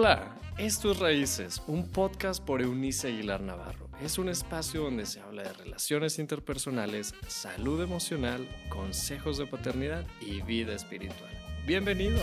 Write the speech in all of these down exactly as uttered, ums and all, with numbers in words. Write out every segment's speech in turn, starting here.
Hola, esto es Raíces, un podcast por Eunice Aguilar Navarro. Es un espacio donde se habla de relaciones interpersonales, salud emocional, consejos de paternidad y vida espiritual. ¡Bienvenido!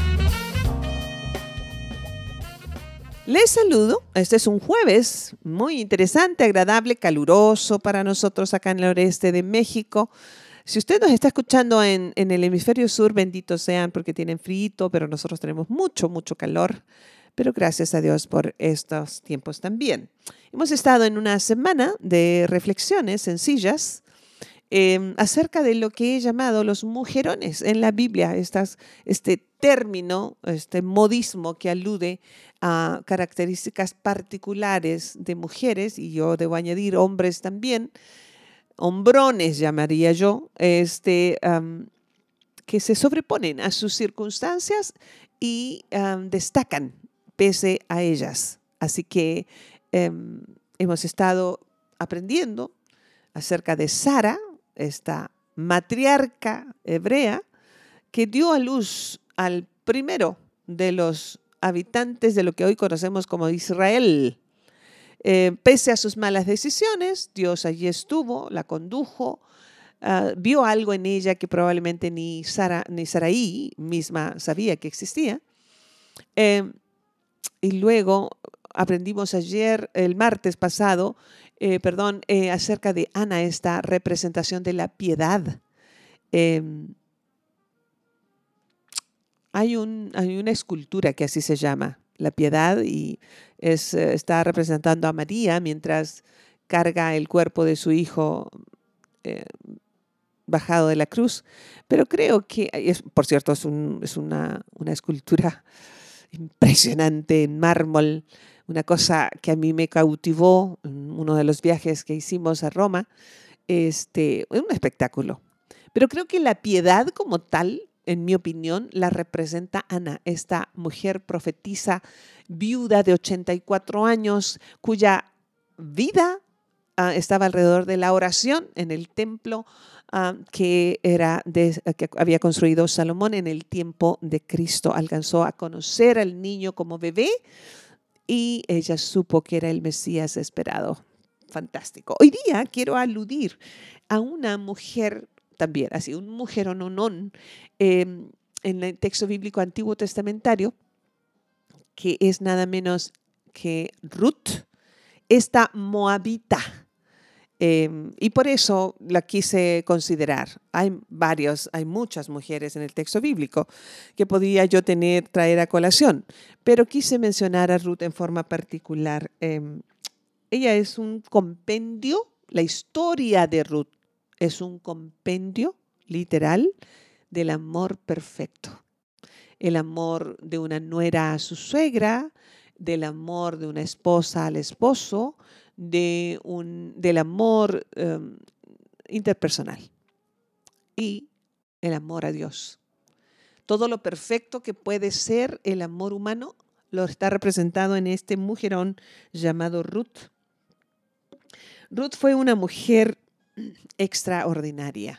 Les saludo. Este es un jueves muy interesante, agradable, caluroso para nosotros acá en el noreste de México. Si usted nos está escuchando en, en el hemisferio sur, benditos sean porque tienen frío, pero nosotros tenemos mucho, mucho calor. Pero gracias a Dios por estos tiempos también. Hemos estado en una semana de reflexiones sencillas eh, acerca de lo que he llamado los mujerones en la Biblia, estas, este término, este modismo que alude a características particulares de mujeres, y yo debo añadir hombres también, hombrones llamaría yo, este, um, que se sobreponen a sus circunstancias y um, destacan pese a ellas. Así que um, hemos estado aprendiendo acerca de Sara, esta matriarca hebrea que dio a luz al primero de los habitantes de lo que hoy conocemos como Israel. Eh, pese a sus malas decisiones, Dios allí estuvo, la condujo, uh, vio algo en ella que probablemente ni, Sara, ni Sarai misma sabía que existía. Eh, y luego aprendimos ayer, el martes pasado, eh, perdón, eh, acerca de Ana, esta representación de la piedad. Eh, hay, un, hay una escultura que así se llama, la piedad, y es, eh, está representando a María mientras carga el cuerpo de su hijo eh, bajado de la cruz. Pero creo que, es, por cierto, es, un, es una, una escultura impresionante en mármol, una cosa que a mí me cautivó en uno de los viajes que hicimos a Roma. Este, un espectáculo. Pero creo que la piedad como tal, en mi opinión, la representa Ana, esta mujer profetisa, viuda de ochenta y cuatro años, cuya vida uh, estaba alrededor de la oración en el templo uh, que, era de, uh, que había construido Salomón en el tiempo de Cristo. Alcanzó a conocer al niño como bebé y ella supo que era el Mesías esperado. Fantástico. Hoy día quiero aludir a una mujer también, así, un mujerononón eh, en el texto bíblico antiguo testamentario, que es nada menos que Ruth, esta moabita. Eh, y por eso la quise considerar. Hay varios, hay muchas mujeres en el texto bíblico que podría yo tener, traer a colación, pero quise mencionar a Ruth en forma particular. Eh, ella es un compendio, la historia de Ruth es un compendio literal del amor perfecto. El amor de una nuera a su suegra, del amor de una esposa al esposo, de un, del amor um, interpersonal y el amor a Dios. Todo lo perfecto que puede ser el amor humano lo está representado en este mujerón llamado Ruth. Ruth fue una mujer extraordinaria.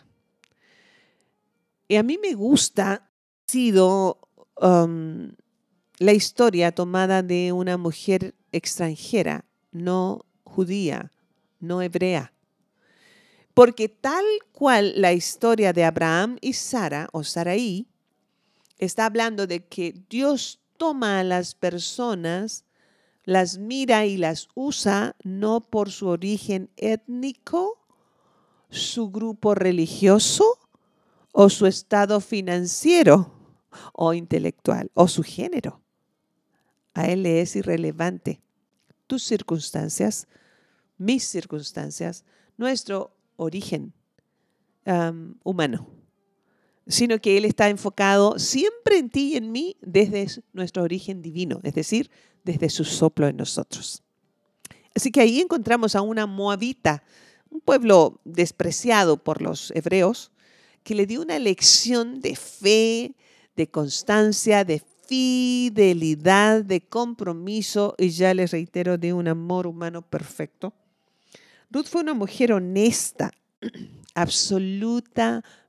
Y a mí me gusta, ha sido um, la historia tomada de una mujer extranjera, no judía, no hebrea. Porque tal cual la historia de Abraham y Sara, o Sarai, está hablando de que Dios toma a las personas, las mira y las usa no por su origen étnico, su grupo religioso o su estado financiero o intelectual o su género. A él le es irrelevante tus circunstancias, mis circunstancias, nuestro origen um, humano, sino que él está enfocado siempre en ti y en mí desde nuestro origen divino, es decir, desde su soplo en nosotros. Así que ahí encontramos a una moabita, un pueblo despreciado por los hebreos, que le dio una lección de fe, de constancia, de fidelidad, de compromiso y ya les reitero, de un amor humano perfecto. Ruth fue una mujer honesta,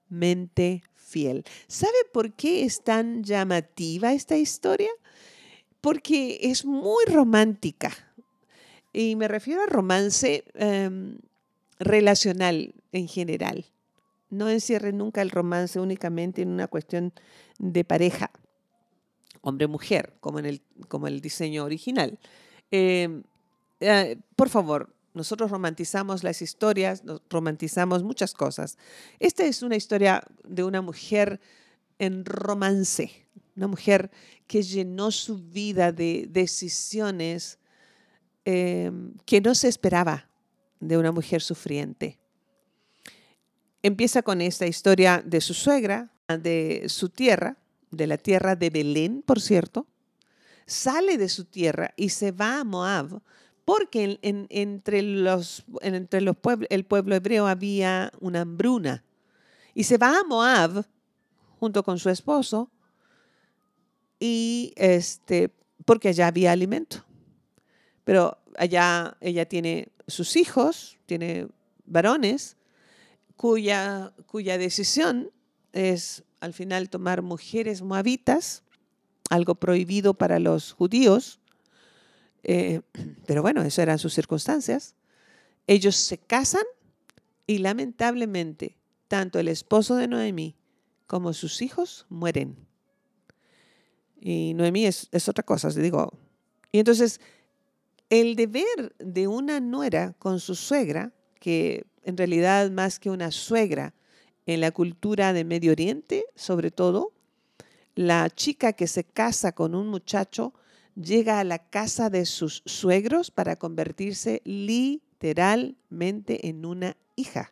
absolutamente fiel. ¿Sabe por qué es tan llamativa esta historia? porque es muy romántica. Y me refiero a romance eh, relacional en general. No encierre nunca el romance únicamente en una cuestión de pareja, hombre-mujer, como en el, como el diseño original. Eh, eh, por favor, nosotros romantizamos las historias, nos romantizamos muchas cosas. Esta es una historia de una mujer en romance, una mujer que llenó su vida de decisiones eh, que no se esperaba de una mujer sufriente. Empieza con esta historia de su suegra, de su tierra, de la tierra de Belén, por cierto. Sale de su tierra y se va a Moab, porque en, en, entre, los, en, entre los pueblos, el pueblo hebreo había una hambruna. Y se va a Moab junto con su esposo, y este, porque allá había alimento. Pero allá ella tiene sus hijos, tiene varones, cuya, cuya decisión es al final tomar mujeres moabitas, algo prohibido para los judíos, eh, pero bueno, esas eran sus circunstancias. Ellos se casan y lamentablemente tanto el esposo de Noemí como sus hijos mueren. Y Noemí es, es otra cosa, te digo. Y entonces el deber de una nuera con su suegra, que en realidad más que una suegra en la cultura de Medio Oriente, sobre todo, la chica que se casa con un muchacho llega a la casa de sus suegros para convertirse literalmente en una hija.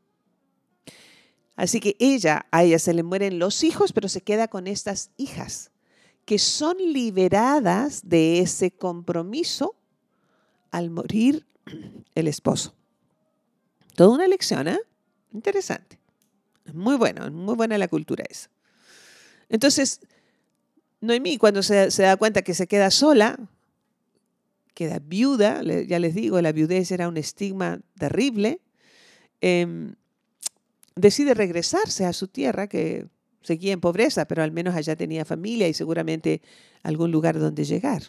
Así que ella, a ella se le mueren los hijos, pero se queda con estas hijas que son liberadas de ese compromiso al morir el esposo. Toda una lección, ¿eh? Interesante. Muy bueno, muy buena la cultura esa. Entonces, Noemí, cuando se, se da cuenta que se queda sola, queda viuda, le, ya les digo, la viudez era un estigma terrible, eh, decide regresarse a su tierra, que seguía en pobreza, pero al menos allá tenía familia y seguramente algún lugar donde llegar.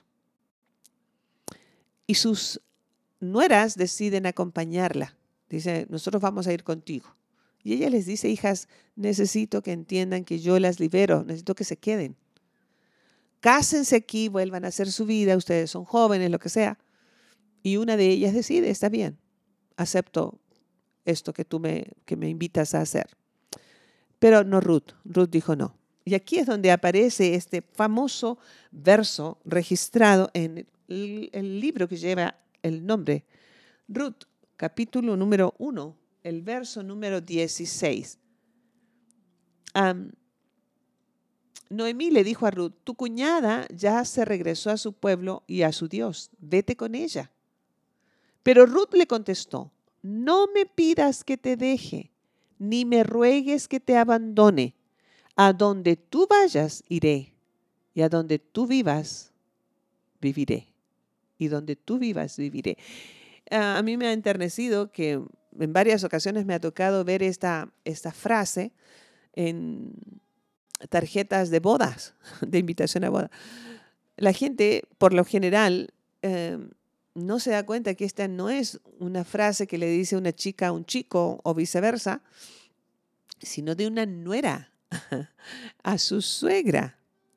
Y sus nueras deciden acompañarla. Dice, nosotros vamos a ir contigo. Y ella les dice, hijas, necesito que entiendan que yo las libero, necesito que se queden. Cásense aquí, vuelvan a hacer su vida, ustedes son jóvenes, lo que sea. Y una de ellas decide, está bien, acepto esto que tú me, que me invitas a hacer. Pero no Ruth, Ruth dijo no. Y aquí es donde aparece este famoso verso registrado en el, el libro que lleva el nombre, Ruth, capítulo número uno, el verso número dieciséis. Um, Noemí le dijo a Ruth, tu cuñada ya se regresó a su pueblo y a su Dios, vete con ella. Pero Ruth le contestó, no me pidas que te deje, ni me ruegues que te abandone. A donde tú vayas, iré, y a donde tú vivas, viviré. Y donde tú vivas, viviré. Uh, a mí me ha enternecido que en varias ocasiones me ha tocado ver esta, esta frase en tarjetas de bodas, de invitación a boda. La gente, por lo general, eh, no se da cuenta que esta no es una frase que le dice una chica a un chico o viceversa, sino de una nuera a su suegra.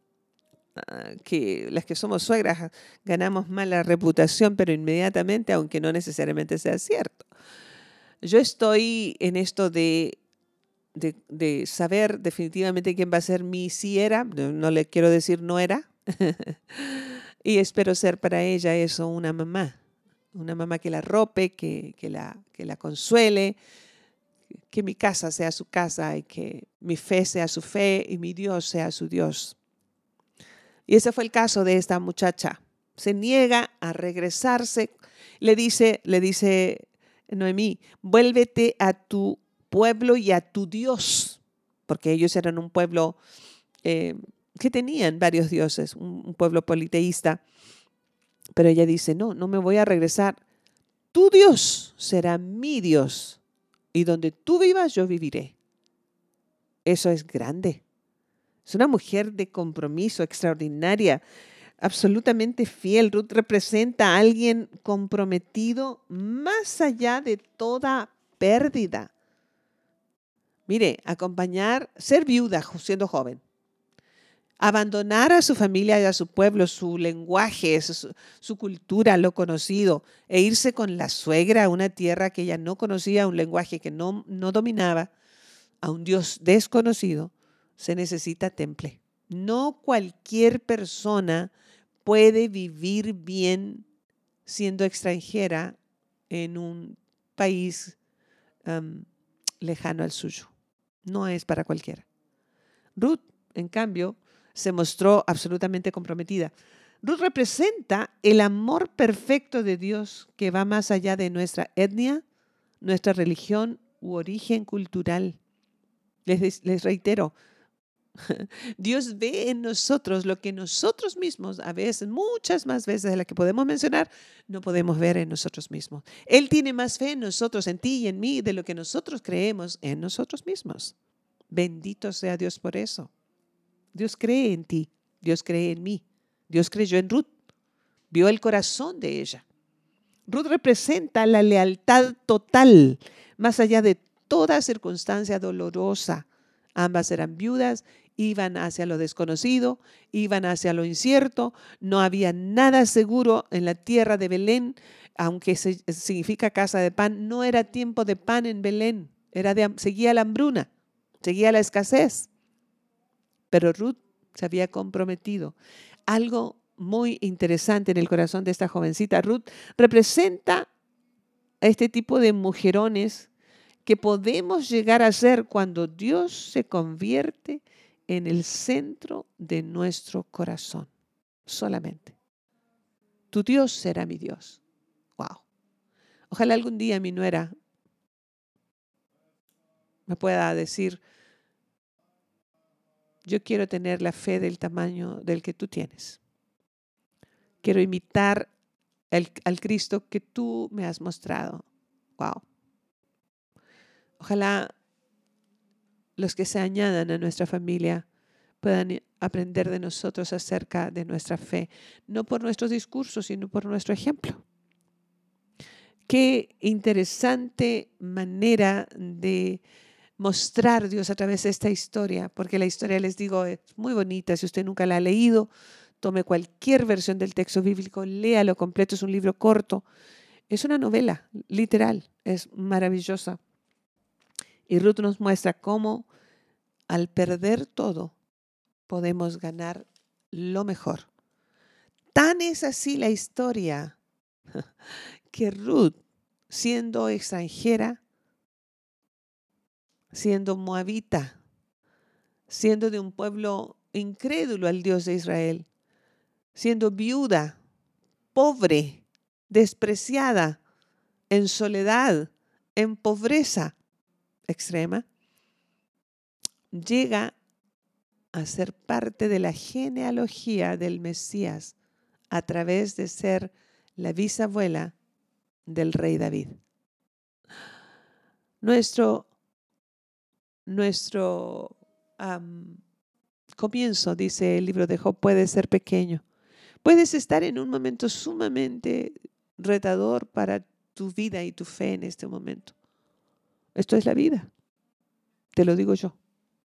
Que las que somos suegras ganamos mala reputación, pero inmediatamente, aunque no necesariamente sea cierto. Yo estoy en esto de, de, de saber definitivamente quién va a ser mi si era, no, no le quiero decir no era, y espero ser para ella eso, una mamá, una mamá que la arrope, que, que, la, que la consuele, que mi casa sea su casa y que mi fe sea su fe y mi Dios sea su Dios. Y ese fue el caso de esta muchacha. Se niega a regresarse. Le dice, le dice Noemí, vuélvete a tu pueblo y a tu Dios. Porque ellos eran un pueblo eh, que tenían varios dioses, un, un pueblo politeísta. Pero ella dice, no, no me voy a regresar. Tu Dios será mi Dios. Y donde tú vivas, yo viviré. Eso es grande. Es una mujer de compromiso extraordinaria. absolutamente fiel. Ruth representa a alguien comprometido más allá de toda pérdida. Mire, acompañar, ser viuda siendo joven, abandonar a su familia y a su pueblo, su lenguaje, su, su cultura, lo conocido, e irse con la suegra a una tierra que ella no conocía, un lenguaje que no, no dominaba, a un Dios desconocido, se necesita temple. No cualquier persona puede vivir bien siendo extranjera en un país um, lejano al suyo. No es para cualquiera. Ruth, en cambio, se mostró absolutamente comprometida. Ruth representa el amor perfecto de Dios que va más allá de nuestra etnia, nuestra religión u origen cultural. Les, les reitero, Dios ve en nosotros lo que nosotros mismos, a veces, muchas más veces de las que podemos mencionar, no podemos ver en nosotros mismos. Él tiene más fe en nosotros, en ti y en mí, de lo que nosotros creemos en nosotros mismos. Bendito sea Dios por eso. Dios cree en ti, Dios cree en mí. Dios creyó en Ruth, vio el corazón de ella. Ruth representa la lealtad total, más allá de toda circunstancia dolorosa. Ambas eran viudas, iban hacia lo desconocido, iban hacia lo incierto. No había nada seguro en la tierra de Belén, aunque se, significa casa de pan. No era tiempo de pan en Belén, era de, seguía la hambruna, seguía la escasez. Pero Ruth se había comprometido. Algo muy interesante en el corazón de esta jovencita. Ruth representa a este tipo de mujerones que podemos llegar a ser cuando Dios se convierte en el centro de nuestro corazón. Solamente. Tu Dios será mi Dios. Wow. Ojalá algún día mi nuera me pueda decir, yo quiero tener la fe del tamaño del que tú tienes. Quiero imitar el, al Cristo que tú me has mostrado. Wow. Ojalá los que se añadan a nuestra familia puedan aprender de nosotros acerca de nuestra fe, no por nuestros discursos, sino por nuestro ejemplo. Qué interesante manera de mostrar Dios a través de esta historia, porque la historia, les digo, es muy bonita. Si usted nunca la ha leído, tome cualquier versión del texto bíblico, léalo completo, es un libro corto, es una novela, literal, es maravillosa. Y Ruth nos muestra cómo al perder todo podemos ganar lo mejor. Tan es así la historia que Ruth, siendo extranjera, siendo moabita, siendo de un pueblo incrédulo al Dios de Israel, siendo viuda, pobre, despreciada, en soledad, en pobreza extrema, llega a ser parte de la genealogía del Mesías a través de ser la bisabuela del rey David. Nuestro, nuestro um, comienzo, dice el libro de Job, puede ser pequeño. Puedes estar en un momento sumamente retador para tu vida y tu fe en este momento. Esto es la vida, te lo digo yo.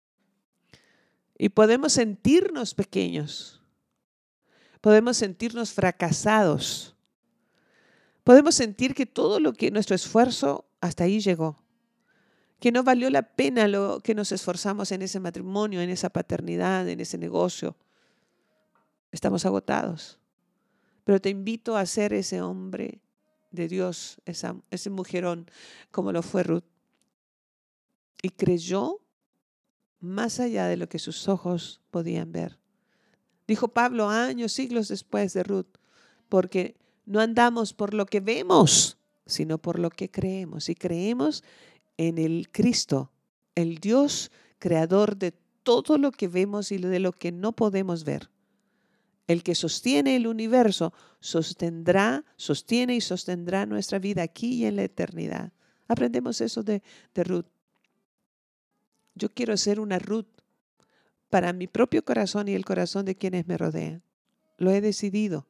Y podemos sentirnos pequeños, podemos sentirnos fracasados, podemos sentir que todo lo que nuestro esfuerzo hasta ahí llegó, que no valió la pena lo que nos esforzamos en ese matrimonio, en esa paternidad, en ese negocio. Estamos agotados. Pero te invito a ser ese hombre de Dios, esa, ese mujerón, como lo fue Ruth. Y creyó más allá de lo que sus ojos podían ver. Dijo Pablo años, siglos después de Ruth, porque no andamos por lo que vemos, sino por lo que creemos. Y creemos en el Cristo, el Dios creador de todo lo que vemos y de lo que no podemos ver. El que sostiene el universo sostendrá, sostiene y sostendrá nuestra vida aquí y en la eternidad. Aprendemos eso de, de Ruth. Yo quiero ser una Ruth para mi propio corazón y el corazón de quienes me rodean. lo he decidido.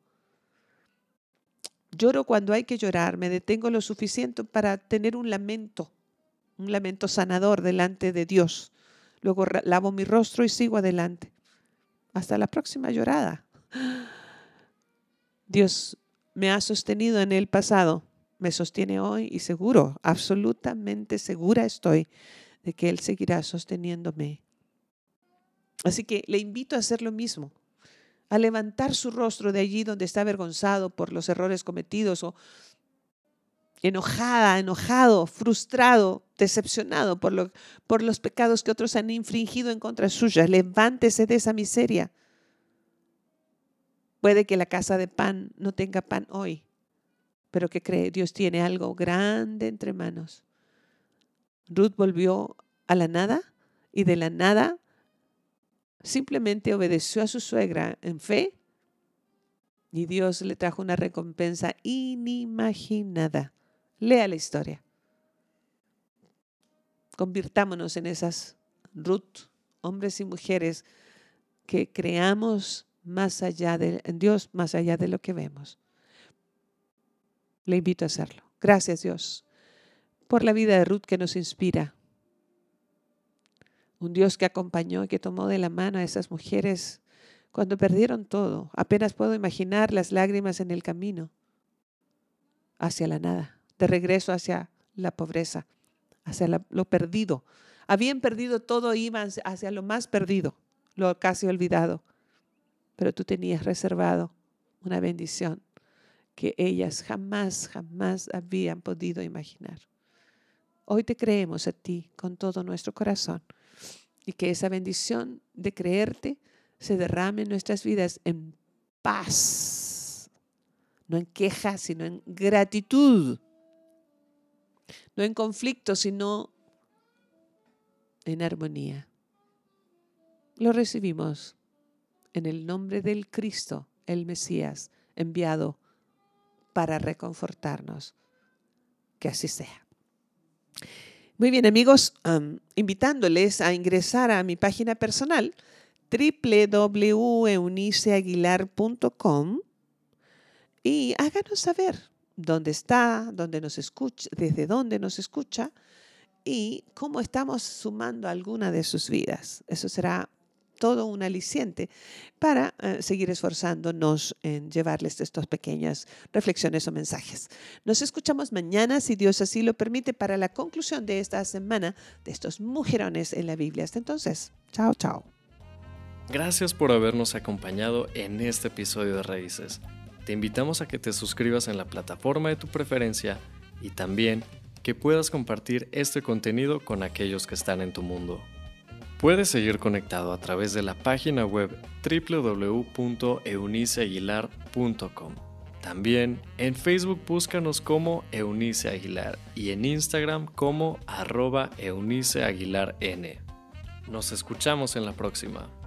Lloro cuando hay que llorar, me detengo lo suficiente para tener un lamento, un lamento sanador delante de Dios. Luego lavo mi rostro y sigo adelante. Hasta la próxima llorada. Dios me ha sostenido en el pasado, me sostiene hoy y seguro, absolutamente segura estoy de que Él seguirá sosteniéndome. Así que le invito a hacer lo mismo, a levantar su rostro de allí donde está avergonzado por los errores cometidos o enojada, enojado, frustrado, decepcionado por, lo, por los pecados que otros han infringido en contra suya. Levántese de esa miseria. Puede que la casa de pan no tenga pan hoy, pero ¿qué cree? Dios tiene algo grande entre manos. Ruth volvió a la nada y de la nada simplemente obedeció a su suegra en fe y Dios le trajo una recompensa inimaginada. Lea la historia. Convirtámonos en esas Ruth, hombres y mujeres que creamos más allá de en Dios, más allá de lo que vemos. Le invito a hacerlo. Gracias, Dios, por la vida de Ruth que nos inspira. Un Dios que acompañó y que tomó de la mano a esas mujeres cuando perdieron todo. Apenas puedo imaginar las lágrimas en el camino hacia la nada, de regreso hacia la pobreza, hacia la, lo perdido. Habían perdido todo, iban hacia lo más perdido, lo casi olvidado. Pero tú tenías reservado una bendición que ellas jamás, jamás habían podido imaginar. Hoy te creemos a ti con todo nuestro corazón y que esa bendición de creerte se derrame en nuestras vidas en paz, no en queja, sino en gratitud, no en conflicto, sino en armonía. Lo recibimos en el nombre del Cristo, el Mesías, enviado para reconfortarnos. Que así sea. Muy bien, amigos, um, invitándoles a ingresar a mi página personal doble u doble u doble u punto eunice aguilar punto com y háganos saber dónde está, dónde nos escucha, desde dónde nos escucha y cómo estamos sumando alguna de sus vidas. Eso será todo un aliciente para uh, seguir esforzándonos en llevarles estas pequeñas reflexiones o mensajes. Nos escuchamos mañana, si Dios así lo permite, para la conclusión de esta semana de estos mujerones en la Biblia. Hasta entonces, chao, chao. Gracias por habernos acompañado en este episodio de Raíces. Te invitamos a que te suscribas en la plataforma de tu preferencia y también que puedas compartir este contenido con aquellos que están en tu mundo. Puedes seguir conectado a través de la página web doble u doble u doble u punto eunice aguilar punto com. También en Facebook búscanos como Eunice Aguilar y en Instagram como arroba eunice aguilar n. Nos escuchamos en la próxima.